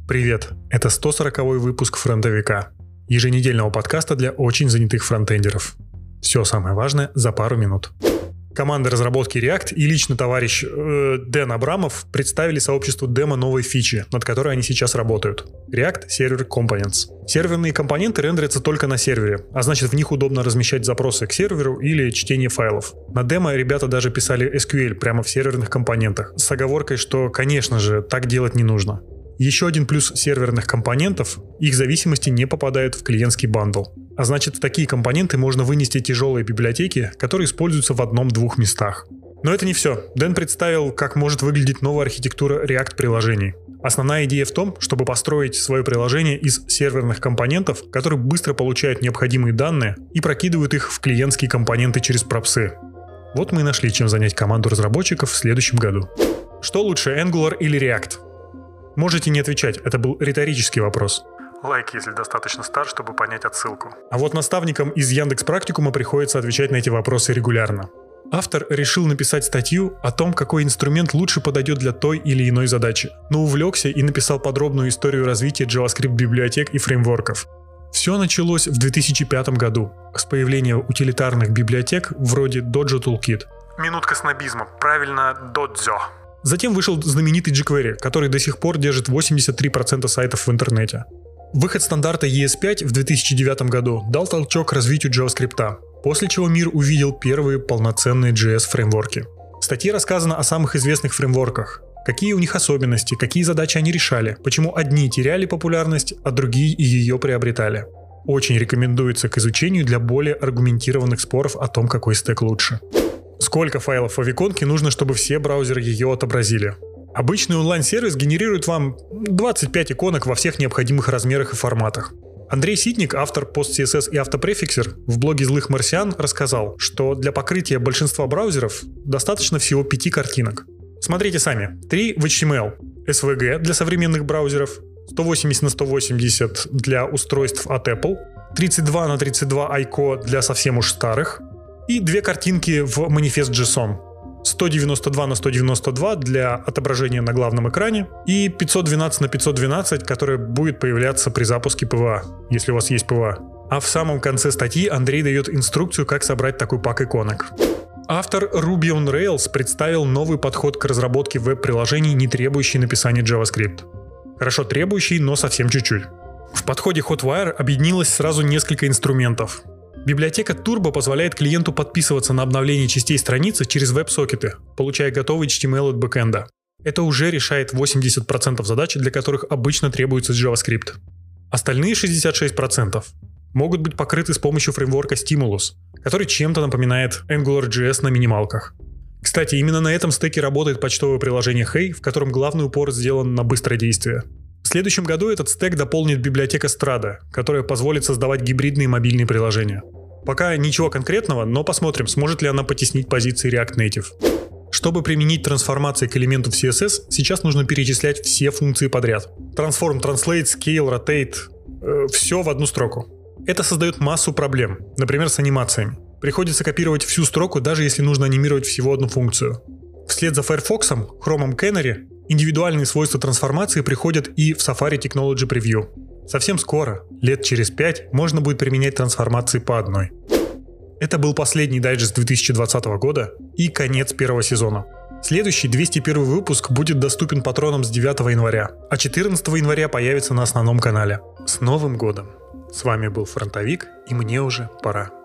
Привет, это 140-й выпуск «Фронтовика», еженедельного подкаста для очень занятых фронтендеров. Все самое важное за пару минут. Команда разработки React и лично товарищ Дэн Абрамов представили сообществу демо новой фичи, над которой они сейчас работают. React Server Components. Серверные компоненты рендерятся только на сервере, а значит в них удобно размещать запросы к серверу или чтение файлов. На демо ребята даже писали SQL прямо в серверных компонентах, с оговоркой, что, конечно же, так делать не нужно. Еще один плюс серверных компонентов – их зависимости не попадают в клиентский бандл. А значит, в такие компоненты можно вынести тяжелые библиотеки, которые используются в одном-двух местах. Но это не все. Дэн представил, как может выглядеть новая архитектура React-приложений. Основная идея в том, чтобы построить свое приложение из серверных компонентов, которые быстро получают необходимые данные и прокидывают их в клиентские компоненты через пропсы. Вот мы и нашли, чем занять команду разработчиков в следующем году. Что лучше, Angular или React? Можете не отвечать, это был риторический вопрос. Лайк, если достаточно стар, чтобы понять отсылку. А вот наставникам из Яндекс.Практикума приходится отвечать на эти вопросы регулярно. Автор решил написать статью о том, какой инструмент лучше подойдет для той или иной задачи, но увлекся и написал подробную историю развития JavaScript-библиотек и фреймворков. Все началось в 2005 году с появления утилитарных библиотек вроде Dojo Toolkit. Минутка снобизма, правильно, Dojo. Затем вышел знаменитый jQuery, который до сих пор держит 83% сайтов в интернете. Выход стандарта ES5 в 2009 году дал толчок развитию JavaScript, после чего мир увидел первые полноценные JS-фреймворки. В статье рассказано о самых известных фреймворках, какие у них особенности, какие задачи они решали, почему одни теряли популярность, а другие ее приобретали. Очень рекомендуется к изучению для более аргументированных споров о том, какой стэк лучше. Сколько файлов в иконке нужно, чтобы все браузеры ее отобразили? Обычный онлайн-сервис генерирует вам 25 иконок во всех необходимых размерах и форматах. Андрей Ситник, автор PostCSS и автопрефиксер, в блоге «Злых марсиан» рассказал, что для покрытия большинства браузеров достаточно всего 5 картинок. Смотрите сами. 3 в HTML, SVG для современных браузеров, 180 на 180 для устройств от Apple, 32 на 32 ICO для совсем уж старых, и 2 картинки в Manifest.json. 192 на 192 для отображения на главном экране и 512 на 512, которая будет появляться при запуске PWA, если у вас есть PWA. А в самом конце статьи Андрей дает инструкцию, как собрать такой пак иконок. Автор Ruby on Rails представил новый подход к разработке веб-приложений, не требующий написания JavaScript. Хорошо требующий, но совсем чуть-чуть. В подходе Hotwire объединилось сразу несколько инструментов. Библиотека Turbo позволяет клиенту подписываться на обновление частей страницы через веб-сокеты, получая готовый HTML от бэкэнда. Это уже решает 80% задач, для которых обычно требуется JavaScript. Остальные 66% могут быть покрыты с помощью фреймворка Stimulus, который чем-то напоминает AngularJS на минималках. Кстати, именно на этом стеке работает почтовое приложение Hey, в котором главный упор сделан на быстродействие. В следующем году этот стек дополнит библиотека Strada, которая позволит создавать гибридные мобильные приложения. Пока ничего конкретного, но посмотрим, сможет ли она потеснить позиции React Native. Чтобы применить трансформации к элементу в CSS, сейчас нужно перечислять все функции подряд. Transform, Translate, Scale, Rotate – все в одну строку. Это создает массу проблем, например, с анимациями. Приходится копировать всю строку, даже если нужно анимировать всего одну функцию. Вслед за Firefox, Chrome Canary, индивидуальные свойства трансформации приходят и в Safari Technology Preview. Совсем скоро, лет через 5, можно будет применять трансформации по одной. Это был последний дайджест 2020 года и конец первого сезона. Следующий, 201 выпуск, будет доступен патронам с 9 января, а 14 января появится на основном канале. С Новым годом! С вами был Фронтовик, и мне уже пора.